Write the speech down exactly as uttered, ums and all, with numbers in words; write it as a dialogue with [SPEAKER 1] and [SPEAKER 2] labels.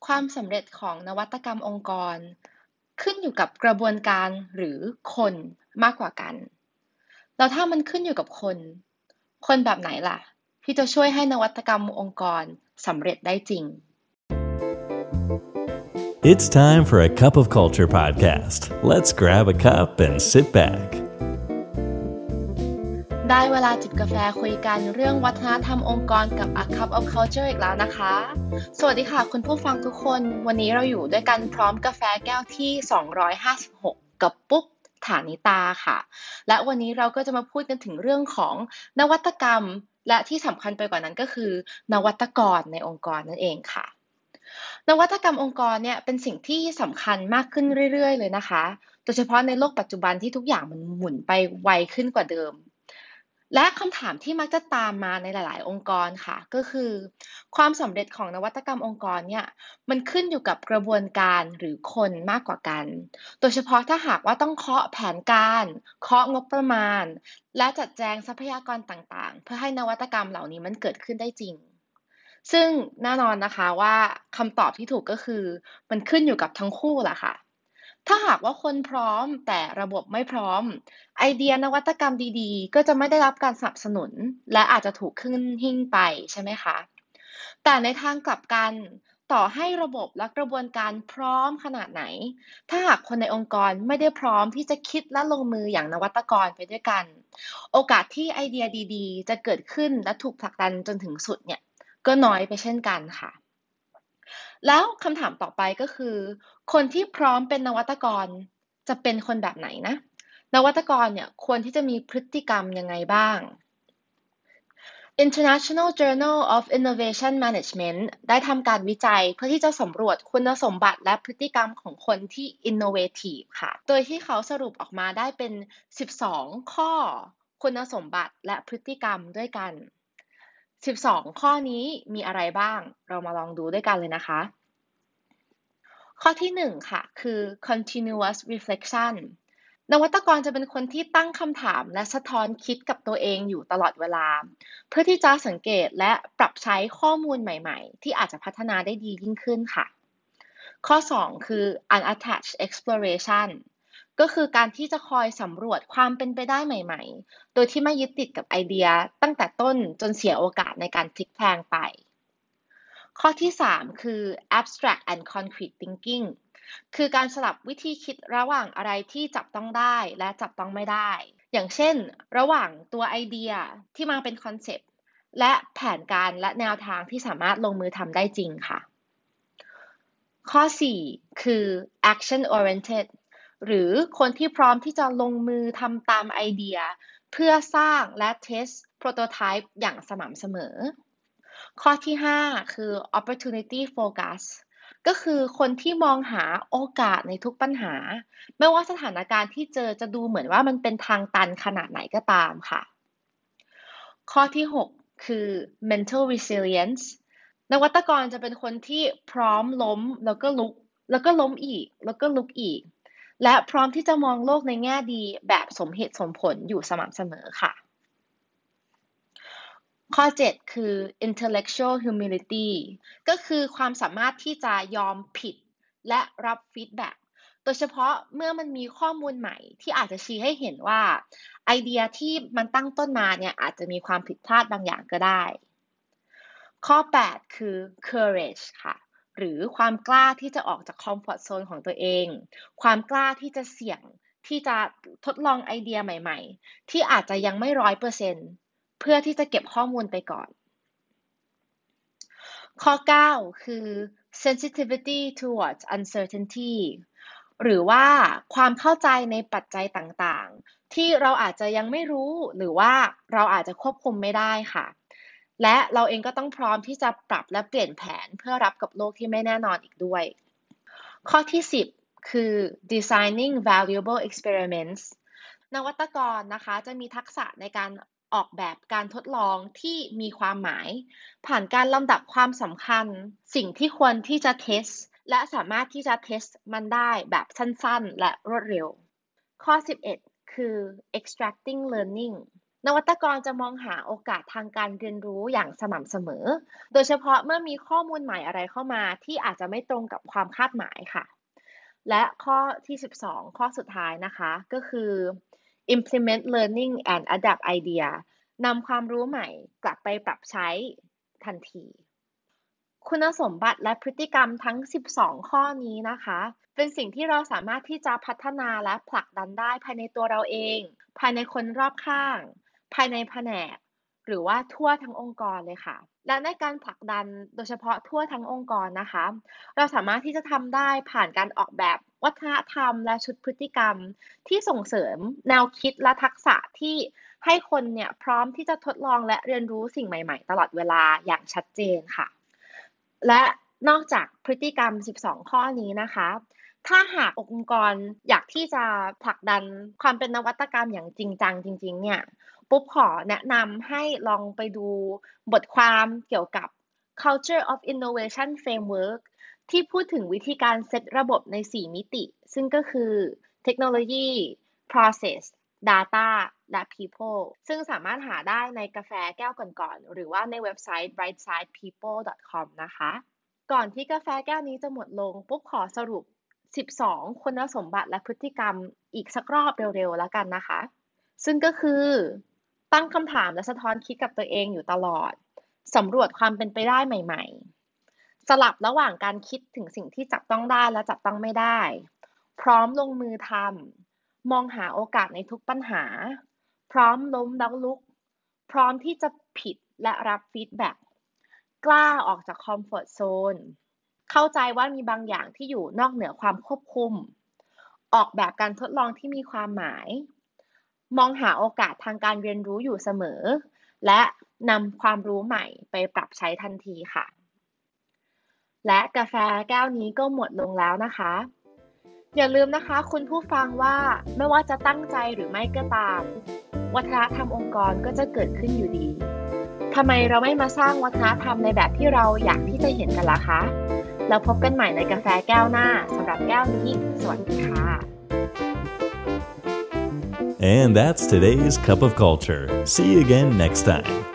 [SPEAKER 1] ความสำเร็จของนวัตกรรมองค์กรขึ้นอยู่กับกระบวนการหรือคนมากกว่ากันแล้วถ้ามันขึ้นอยู่กับคนคนแบบไหนล่ะที่จะช่วยให้นวัตกรรมองค์กรสำเร็จได้จริง
[SPEAKER 2] It's time for a cup of culture podcast. Let's grab a cup and sit back.
[SPEAKER 1] ได้เวลาจิบกาแฟคุยกันเรื่องวัฒนธรรมองค์กรกับ A Cup of Culture อีกแล้วนะคะสวัสดีค่ะคุณผู้ฟังทุกคนวันนี้เราอยู่ด้วยกันพร้อมกาแฟแก้วที่สองร้อยห้าสิบหกกับปุ๊กฐานิตาค่ะและวันนี้เราก็จะมาพูดกันถึงเรื่องของนวัตกรรมและที่สำคัญไปกว่านั้นก็คือนวัตกรในองค์กรนั่นเองค่ะนวัตกรรมองค์กรเนี่ยเป็นสิ่งที่สำคัญมากขึ้นเรื่อยๆเลยนะคะโดยเฉพาะในโลกปัจจุบันที่ทุกอย่างมันหมุนไปไวขึ้นกว่าเดิมและคำถามที่มักจะตามมาในหลายๆองค์กรค่ะก็คือความสำเร็จของนวัตกรรมองค์กรเนี่ยมันขึ้นอยู่กับกระบวนการหรือคนมากกว่ากันโดยเฉพาะถ้าหากว่าต้องเคาะแผนการเคาะงบประมาณและจัดแจงทรัพยากรต่างๆเพื่อให้นวัตกรรมเหล่านี้มันเกิดขึ้นได้จริงซึ่งแน่นอนนะคะว่าคำตอบที่ถูกก็คือมันขึ้นอยู่กับทั้งคู่แหละค่ะถ้าหากว่าคนพร้อมแต่ระบบไม่พร้อมไอเดียนวัตกรรมดีๆก็จะไม่ได้รับการสนับสนุนและอาจจะถูกขึ้นหิ้งไปใช่ไหมคะแต่ในทางกลับกันต่อให้ระบบและกระบวนการพร้อมขนาดไหนถ้าหากคนในองค์กรไม่ได้พร้อมที่จะคิดและลงมืออย่างนวัตกรไปด้วยกันโอกาสที่ไอเดียดีๆจะเกิดขึ้นและถูกผลักดันจนถึงสุดเนี่ยก็น้อยไปเช่นกันค่ะแล้วคำถามต่อไปก็คือคนที่พร้อมเป็นนวัตกรจะเป็นคนแบบไหนนะนวัตกรเนี่ยควรที่จะมีพฤติกรรมยังไงบ้าง International Journal of Innovation Management ได้ทำการวิจัยเพื่อที่จะสำรวจคุณสมบัติและพฤติกรรมของคนที่ innovative ค่ะโดยที่เขาสรุปออกมาได้เป็นสิบสองข้อคุณสมบัติและพฤติกรรมด้วยกันสิบสองข้อนี้มีอะไรบ้างเรามาลองดูด้วยกันเลยนะคะข้อที่หนึ่งค่ะคือ continuous reflection นวัตกรจะเป็นคนที่ตั้งคำถามและสะท้อนคิดกับตัวเองอยู่ตลอดเวลาเพื่อที่จะสังเกตและปรับใช้ข้อมูลใหม่ๆที่อาจจะพัฒนาได้ดียิ่งขึ้นค่ะข้อสองคือ unattached exploration ก็คือการที่จะคอยสำรวจความเป็นไปได้ใหม่ๆโดยที่ไม่ยึดติดกับไอเดียตั้งแต่ต้นจนเสียโอกาสในการพลิกแพลงไปข้อที่สามคือ abstract and concrete thinking คือการสลับวิธีคิดระหว่างอะไรที่จับต้องได้และจับต้องไม่ได้อย่างเช่นระหว่างตัวไอเดียที่มาเป็นคอนเซปต์และแผนการและแนวทางที่สามารถลงมือทำได้จริงค่ะข้อสี่คือ action oriented หรือคนที่พร้อมที่จะลงมือทำตามไอเดียเพื่อสร้างและ test prototype อย่างสม่ำเสมอข้อที่ห้าคือ opportunity focus ก็คือคนที่มองหาโอกาสในทุกปัญหาไม่ว่าสถานการณ์ที่เจอจะดูเหมือนว่ามันเป็นทางตันขนาดไหนก็ตามค่ะข้อที่หกคือ mental resilience นวัตกรจะเป็นคนที่พร้อมล้มแล้วก็ลุกแล้วก็ล้มอีกแล้วก็ลุกอีกและพร้อมที่จะมองโลกในแง่ดีแบบสมเหตุสมผลอยู่สม่ำเสมอค่ะข้อเจ็ดคือ intellectual humility ก็คือความสามารถที่จะยอมผิดและรับฟีดแบ็กโดยเฉพาะเมื่อมันมีข้อมูลใหม่ที่อาจจะชี้ให้เห็นว่าไอเดียที่มันตั้งต้นมาเนี่ยอาจจะมีความผิดพลาดบางอย่างก็ได้ข้อแปดคือ courage ค่ะหรือความกล้าที่จะออกจากคอมฟอร์ตโซนของตัวเองความกล้าที่จะเสี่ยงที่จะทดลองไอเดียใหม่ๆที่อาจจะยังไม่ร้อยเปอร์เซ็นต์เพื่อที่จะเก็บข้อมูลไปก่อนข้อเก้าคือ sensitivity towards uncertainty หรือว่าความเข้าใจในปัจจัยต่างๆที่เราอาจจะยังไม่รู้หรือว่าเราอาจจะควบคุมไม่ได้ค่ะและเราเองก็ต้องพร้อมที่จะปรับและเปลี่ยนแผนเพื่อรับกับโลกที่ไม่แน่นอนอีกด้วยข้อที่สิบคือ designing valuable experiments นวัตกรนะคะจะมีทักษะในการออกแบบการทดลองที่มีความหมายผ่านการลำดับความสำคัญสิ่งที่ควรที่จะเทสและสามารถที่จะเทสมันได้แบบสั้นๆและรวดเร็วข้อสิบเอ็ดคือ extracting learning นวัตกรจะมองหาโอกาสทางการเรียนรู้อย่างสม่ำเสมอโดยเฉพาะเมื่อมีข้อมูลใหม่อะไรเข้ามาที่อาจจะไม่ตรงกับความคาดหมายค่ะและข้อที่สิบสองข้อสุดท้ายนะคะก็คือ implement learning and adapt idea นำความรู้ใหม่กลับไปปรับใช้ทันทีคุณสมบัติและพฤติกรรมทั้งสิบสองข้อนี้นะคะเป็นสิ่งที่เราสามารถที่จะพัฒนาและผลักดันได้ภายในตัวเราเองภายในคนรอบข้างภายในแผนกหรือว่าทั่วทั้งองค์กรเลยค่ะและในการผลักดันโดยเฉพาะทั่วทั้งองค์กรนะคะเราสามารถที่จะทำได้ผ่านการออกแบบวัฒนธรรมและชุดพฤติกรรมที่ส่งเสริมแนวคิดและทักษะที่ให้คนเนี่ยพร้อมที่จะทดลองและเรียนรู้สิ่งใหม่ๆตลอดเวลาอย่างชัดเจนค่ะและนอกจากพฤติกรรมสิบสองข้อนี้นะคะถ้าหากองค์กรอยากที่จะผลักดันความเป็นนวัตกรรมอย่างจริงจังจริงๆเนี่ยปุ๊บขอแนะนำให้ลองไปดูบทความเกี่ยวกับ Culture of Innovation Framework ที่พูดถึงวิธีการเซตระบบในสี่มิติซึ่งก็คือเทคโนโลยี process data และ people ซึ่งสามารถหาได้ในกาแฟแก้วก่อนๆหรือว่าในเว็บไซต์ bright side people dot com นะคะก่อนที่กาแฟแก้วนี้จะหมดลงปุ๊บขอสรุปสิบสองคุณสมบัติและพฤติกรรมอีกสักรอบเร็วๆแล้วกันนะคะซึ่งก็คือตั้งคำถามและสะท้อนคิดกับตัวเองอยู่ตลอดสำรวจความเป็นไปได้ใหม่ๆสลับระหว่างการคิดถึงสิ่งที่จับต้องได้และจับต้องไม่ได้พร้อมลงมือทำมองหาโอกาสในทุกปัญหาพร้อมล้มแล้วลุกพร้อมที่จะผิดและรับฟีดแบ็กกล้าออกจากคอมฟอร์ตโซนเข้าใจว่ามีบางอย่างที่อยู่นอกเหนือความควบคุมออกแบบการทดลองที่มีความหมายมองหาโอกาสทางการเรียนรู้อยู่เสมอและนำความรู้ใหม่ไปปรับใช้ทันทีค่ะและกาแฟแก้วนี้ก็หมดลงแล้วนะคะอย่าลืมนะคะคุณผู้ฟังว่าไม่ว่าจะตั้งใจหรือไม่ก็ตามวัฒนธรรมองค์กรก็จะเกิดขึ้นอยู่ดีทำไมเราไม่มาสร้างวัฒนธรรมในแบบที่เราอยากที่จะเห็นกันล่ะคะแล้วพบกันใหม่ในกาแฟแก้วหน้าสำหรับแก้วนี้สวัสดีค่ะ
[SPEAKER 2] And that's today's Cup of Culture. See you again next time.